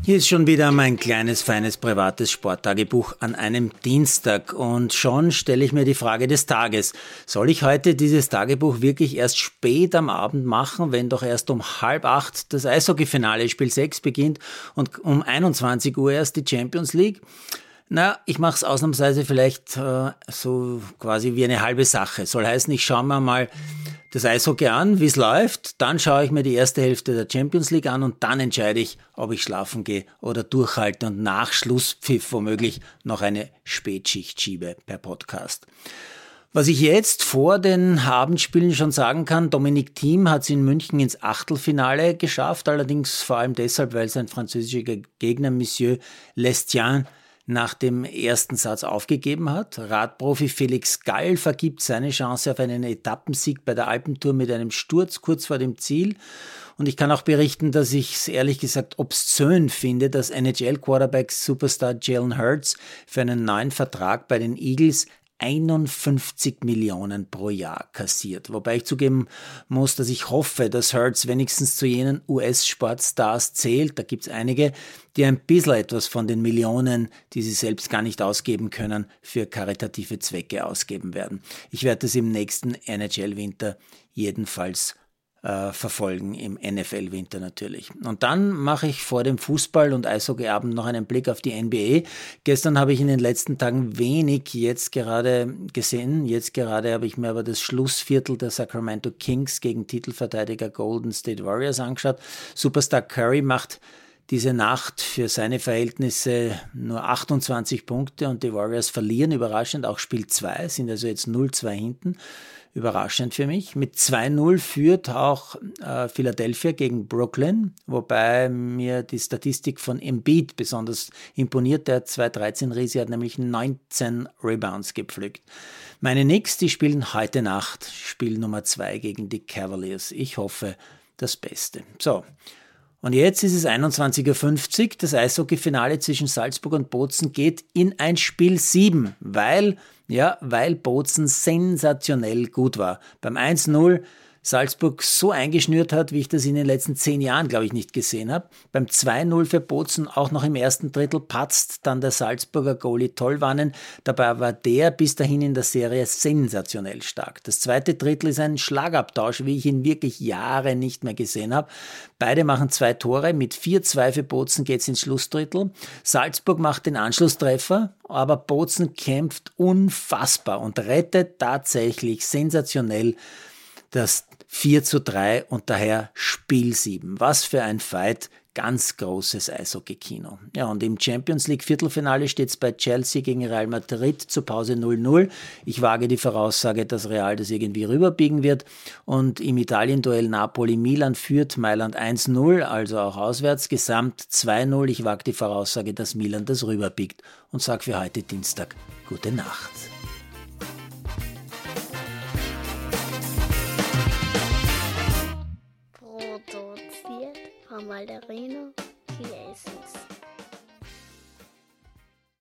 Hier ist schon wieder mein kleines, feines, privates Sporttagebuch an einem Dienstag und schon stelle ich mir die Frage des Tages. Soll ich heute dieses Tagebuch wirklich erst spät am Abend machen, wenn doch erst um 7:30 das Eishockeyfinale Spiel 6 beginnt und um 21 Uhr erst die Champions League? Na, ich mache es ausnahmsweise vielleicht so quasi wie eine halbe Sache. Soll heißen, ich schaue mir mal das Eishockey an, wie es läuft, dann schaue ich mir die erste Hälfte der Champions League an und dann entscheide ich, ob ich schlafen gehe oder durchhalte und nach Schlusspfiff womöglich noch eine Spätschicht schiebe per Podcast. Was ich jetzt vor den Abendspielen schon sagen kann, Dominic Thiem hat es in München ins Achtelfinale geschafft, allerdings vor allem deshalb, weil sein französischer Gegner Monsieur Lestienne nach dem ersten Satz aufgegeben hat. Radprofi Felix Gall vergibt seine Chance auf einen Etappensieg bei der Alpentour mit einem Sturz kurz vor dem Ziel. Und ich kann auch berichten, dass ich es ehrlich gesagt obszön finde, dass NHL-Quarterback Superstar Jalen Hurts für einen neuen Vertrag bei den Eagles 51 Millionen pro Jahr kassiert. Wobei ich zugeben muss, dass ich hoffe, dass Hurts wenigstens zu jenen US-Sportstars zählt. Da gibt's einige, die ein bisschen etwas von den Millionen, die sie selbst gar nicht ausgeben können, für karitative Zwecke ausgeben werden. Ich werde das im nächsten NHL-Winter jedenfalls verfolgen, im NFL-Winter natürlich. Und dann mache ich vor dem Fußball- und Eishockeyabend noch einen Blick auf die NBA. Gestern habe ich in den letzten Tagen wenig jetzt gerade gesehen. Jetzt gerade habe ich mir aber das Schlussviertel der Sacramento Kings gegen Titelverteidiger Golden State Warriors angeschaut. Superstar Curry macht diese Nacht für seine Verhältnisse nur 28 Punkte und die Warriors verlieren überraschend, auch Spiel 2, sind also jetzt 0-2 hinten. Überraschend für mich. Mit 2-0 führt auch Philadelphia gegen Brooklyn, wobei mir die Statistik von Embiid besonders imponiert. Der 2-13-Riese hat nämlich 19 Rebounds gepflückt. Meine Knicks, die spielen heute Nacht Spiel Nummer 2 gegen die Cavaliers. Ich hoffe das Beste. So. Und jetzt ist es 21:50 Uhr. Das Eishockeyfinale zwischen Salzburg und Bozen geht in ein Spiel 7, weil Bozen sensationell gut war. Beim 1-0 Salzburg so eingeschnürt hat, wie ich das in den letzten 10 Jahren, glaube ich, nicht gesehen habe. Beim 2-0 für Bozen auch noch im ersten Drittel patzt dann der Salzburger Goalie Tollwannen. Dabei war der bis dahin in der Serie sensationell stark. Das zweite Drittel ist ein Schlagabtausch, wie ich ihn wirklich Jahre nicht mehr gesehen habe. Beide machen 2 Tore. Mit 4-2 für Bozen geht's ins Schlussdrittel. Salzburg macht den Anschlusstreffer, aber Bozen kämpft unfassbar und rettet tatsächlich sensationell das 4-3 und daher Spiel 7. Was für ein Fight, ganz großes Eishockey-Kino. Ja, und im Champions League Viertelfinale steht es bei Chelsea gegen Real Madrid zur Pause 0-0. Ich wage die Voraussage, dass Real das irgendwie rüberbiegen wird. Und im Italien-Duell Napoli-Milan führt Mailand 1-0, also auch auswärts, gesamt 2-0. Ich wage die Voraussage, dass Milan das rüberbiegt und sage für heute Dienstag gute Nacht. Produziert von Malderino Chiesi.